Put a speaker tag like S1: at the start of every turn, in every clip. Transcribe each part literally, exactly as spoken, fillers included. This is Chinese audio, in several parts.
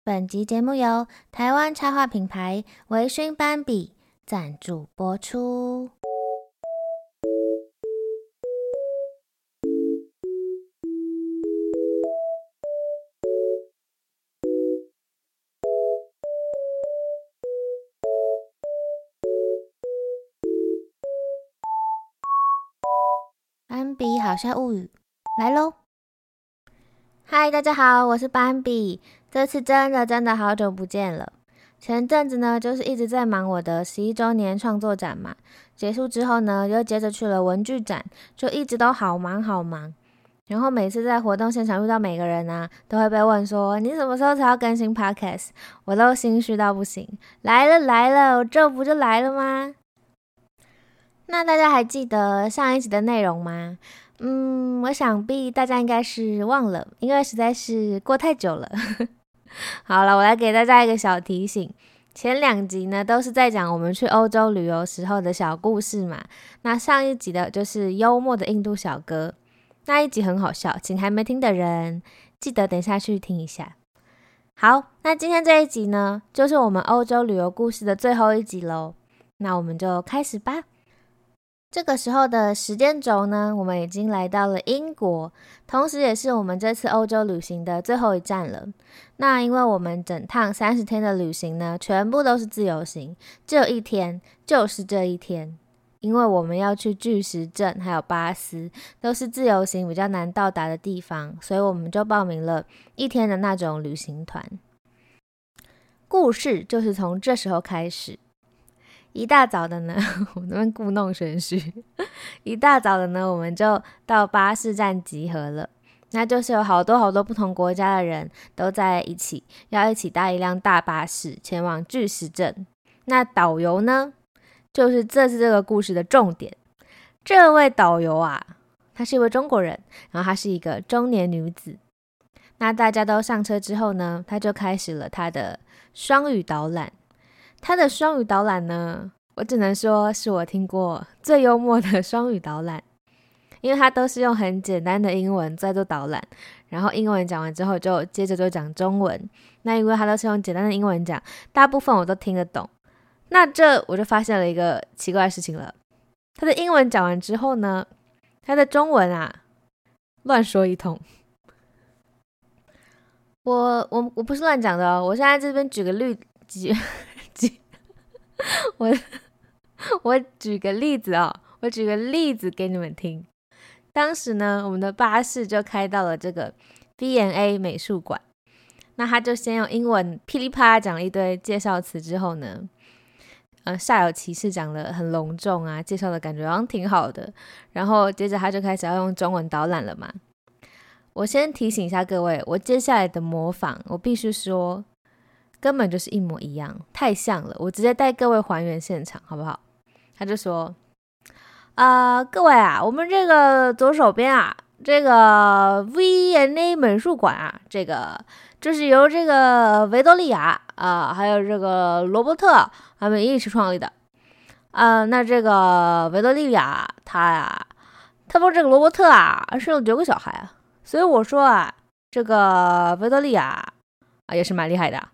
S1: 本集节目由台湾插画品牌微醺斑比赞助播出。斑比好笑物语来咯。嗨，大家好，我是斑比。这次真的真的好久不见了。前阵子呢，就是一直在忙我的十一周年创作展嘛，结束之后呢，又接着去了文具展，就一直都好忙好忙。然后每次在活动现场遇到每个人啊，都会被问说你什么时候才要更新 podcast， 我都心虚到不行。来了来了，我这不就来了吗？那大家还记得上一集的内容吗？嗯，我想必大家应该是忘了，因为实在是过太久了。好了，我来给大家一个小提醒。前两集呢都是在讲我们去欧洲旅游时候的小故事嘛。那上一集的就是幽默的印度小哥，那一集很好笑，请还没听的人记得等一下去听一下。好，那今天这一集呢，就是我们欧洲旅游故事的最后一集咯。那我们就开始吧。这个时候的时间轴呢，我们已经来到了英国，同时也是我们这次欧洲旅行的最后一站了。那因为我们整趟三十天的旅行呢，全部都是自由行，只有一天，就是这一天。因为我们要去巨石阵还有巴斯，都是自由行比较难到达的地方，所以我们就报名了一天的那种旅行团。故事就是从这时候开始。一大早的呢，我那边故弄玄虚。一大早的呢，我们就到巴士站集合了。那就是有好多好多不同国家的人都在一起，要一起搭一辆大巴士前往巨石阵。那导游呢，就是这次这个故事的重点。这位导游啊，她是一位中国人，然后她是一个中年女子。那大家都上车之后呢，她就开始了她的双语导览。他的双语导览呢，我只能说是我听过最幽默的双语导览，因为他都是用很简单的英文在做导览，然后英文讲完之后就接着就讲中文。那因为他都是用简单的英文讲，大部分我都听得懂。那这我就发现了一个奇怪的事情了，他的英文讲完之后呢，他的中文啊乱说一通。我我我不是乱讲的哦，我现在这边举个例举我我举个例子哦，我举个例子给你们听。当时呢，我们的巴士就开到了这个 V and A 美术馆。那他就先用英文噼里啪啦讲了一堆介绍词之后呢，呃，煞有其事讲了很隆重啊，介绍的感觉好像挺好的。然后接着他就开始要用中文导览了嘛。我先提醒一下各位，我接下来的模仿，我必须说根本就是一模一样，太像了，我直接带各位还原现场好不好？他就说啊、呃，各位啊，我们这个左手边啊，这个 V and A 美术馆啊，这个就是由这个维多利亚啊、呃，还有这个罗伯特他们一起创立的啊、呃。那这个维多利亚他呀，他说这个罗伯特啊生了九个小孩啊，所以我说啊，这个维多利亚啊也是蛮厉害的。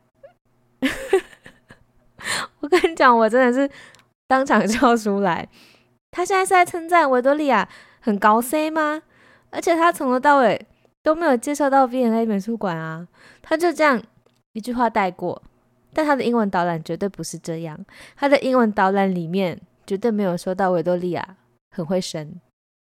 S1: 我跟你讲，我真的是当场笑出来。他现在是在称赞维多利亚很高 C 吗？而且他从头到尾都没有介绍到 V and A 美术馆啊，他就这样一句话带过。但他的英文导览绝对不是这样，他的英文导览里面绝对没有说到维多利亚很会生。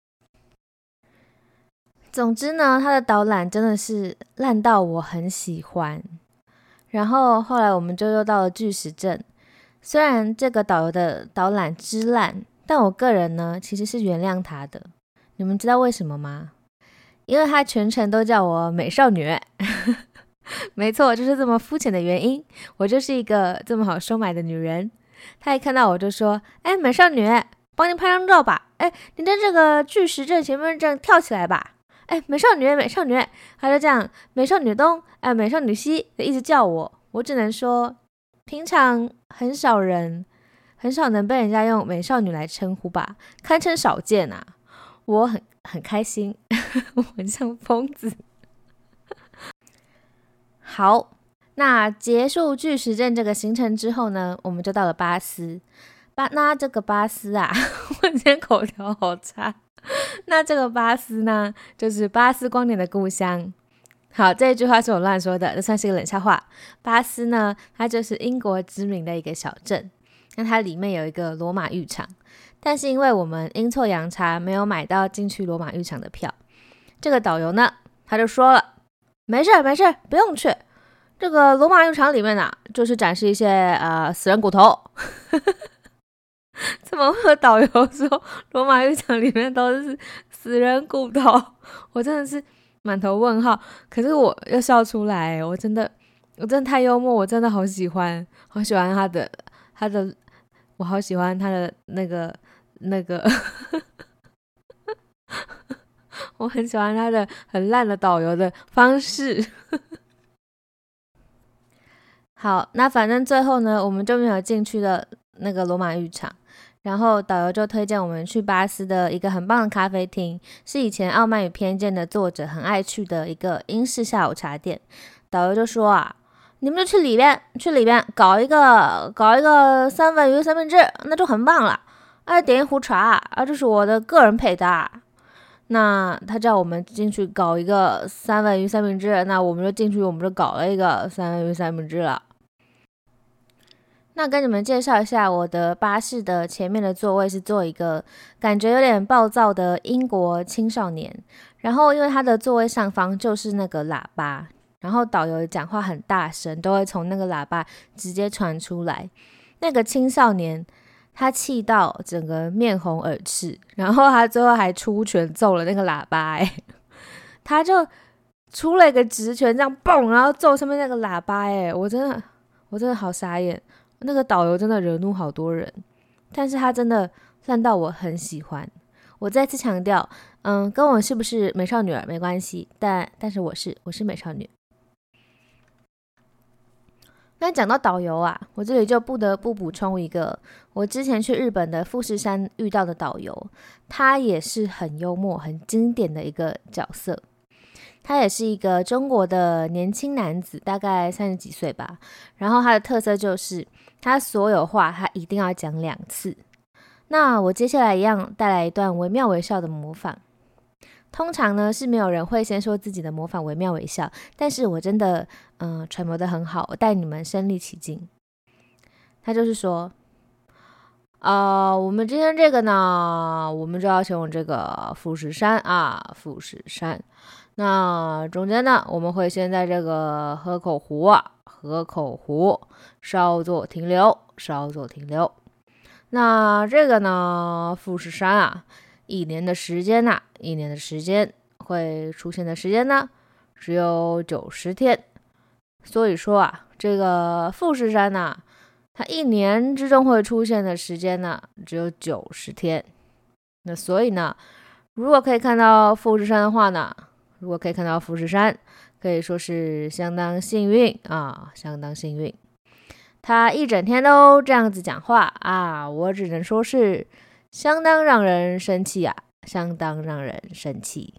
S1: 总之呢，他的导览真的是烂到我很喜欢。然后后来我们就又到了巨石阵，虽然这个导游的导览之烂，但我个人呢其实是原谅他的。你们知道为什么吗？因为他全程都叫我美少女。没错，就是这么肤浅的原因，我就是一个这么好收买的女人。他一看到我就说，哎，美少女，帮你拍张照吧，哎，你在这个巨石阵前面这样跳起来吧，哎，美少女美少女，他就这样美少女东哎，美少女西一直叫我。我只能说平常很少人很少能被人家用美少女来称呼吧，堪称少见啊。我很很开心。我很像疯子。好， 那结束巨石阵这个行程之后呢，我们就到了巴斯。巴那这个巴斯啊，我今天口条好差。那这个巴斯呢，就是巴斯光年的故乡。好，这一句话是我乱说的，这算是一个冷笑话。巴斯呢，它就是英国知名的一个小镇，那它里面有一个罗马浴场，但是因为我们阴错阳差没有买到进去罗马浴场的票，这个导游呢，他就说了，没事没事，不用去。这个罗马浴场里面啊，就是展示一些呃死人骨头。怎么会有导游说罗马浴场里面都是死人骨头？我真的是满头问号，可是我又笑出来，我真的，我真的太幽默，我真的好喜欢，好喜欢他的，他的，我好喜欢他的那个那个，我很喜欢他的很烂的导游的方式。好，那反正最后呢，我们就没有进去的那个罗马浴场。然后导游就推荐我们去巴斯的一个很棒的咖啡厅，是以前《傲慢与偏见》的作者很爱去的一个英式下午茶店。导游就说啊，你们就去里边，去里边搞一个搞一个三文鱼三明治，那就很棒了。啊，点一壶茶啊，这是我的个人配搭。那他叫我们进去搞一个三文鱼三明治，那我们就进去，我们就搞了一个三文鱼三明治了。那跟你们介绍一下，我的巴士的前面的座位是坐一个感觉有点暴躁的英国青少年，然后因为他的座位上方就是那个喇叭，然后导游讲话很大声，都会从那个喇叭直接传出来。那个青少年他气到整个面红耳赤，然后他最后还出拳揍了那个喇叭、欸，他就出了一个直拳，这样嘣，然后揍上面那个喇叭、欸，我真的我真的好傻眼。那个导游真的惹怒好多人，但是他真的烂到我很喜欢。我再次强调，嗯，跟我是不是美少女儿没关系，但但是我是我是美少女。那讲到导游啊，我这里就不得不补充一个，我之前去日本的富士山遇到的导游，他也是很幽默、很经典的一个角色。他也是一个中国的年轻男子，大概三十几岁吧。然后他的特色就是，他所有话他一定要讲两次。那我接下来一样带来一段惟妙惟肖的模仿。通常呢是没有人会先说自己的模仿惟妙惟肖，但是我真的嗯、呃、揣摩得很好，我带你们身临其境。他就是说，呃，我们今天这个呢，我们就要前往这个富士山啊，富士山。那中间呢，我们会先在这个河口湖啊，河口湖稍作停留，稍作停留。那这个呢，富士山啊，一年的时间呐、啊，一年的时间会出现的时间呢，只有九十天。所以说啊，这个富士山呐、啊，它一年之中会出现的时间呢，只有九十天。那所以呢，如果可以看到富士山的话呢，如果可以看到富士山，可以说是相当幸运啊，相当幸运。他一整天都这样子讲话啊，我只能说是相当让人生气啊，相当让人生气。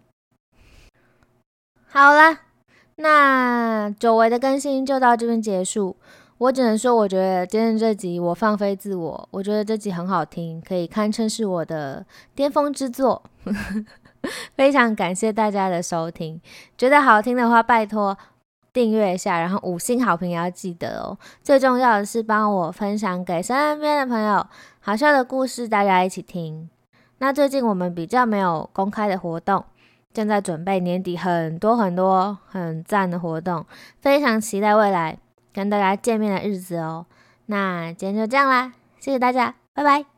S1: 好啦，那久违的更新就到这边结束。我只能说，我觉得今天这集我放飞自我，我觉得这集很好听，可以堪称是我的巅峰之作。非常感谢大家的收听，觉得好听的话拜托订阅一下，然后五星好评也要记得哦。最重要的是帮我分享给身边的朋友，好笑的故事大家一起听。那最近我们比较没有公开的活动，正在准备年底很多很多很赞的活动，非常期待未来跟大家见面的日子哦。那今天就这样啦，谢谢大家，拜拜。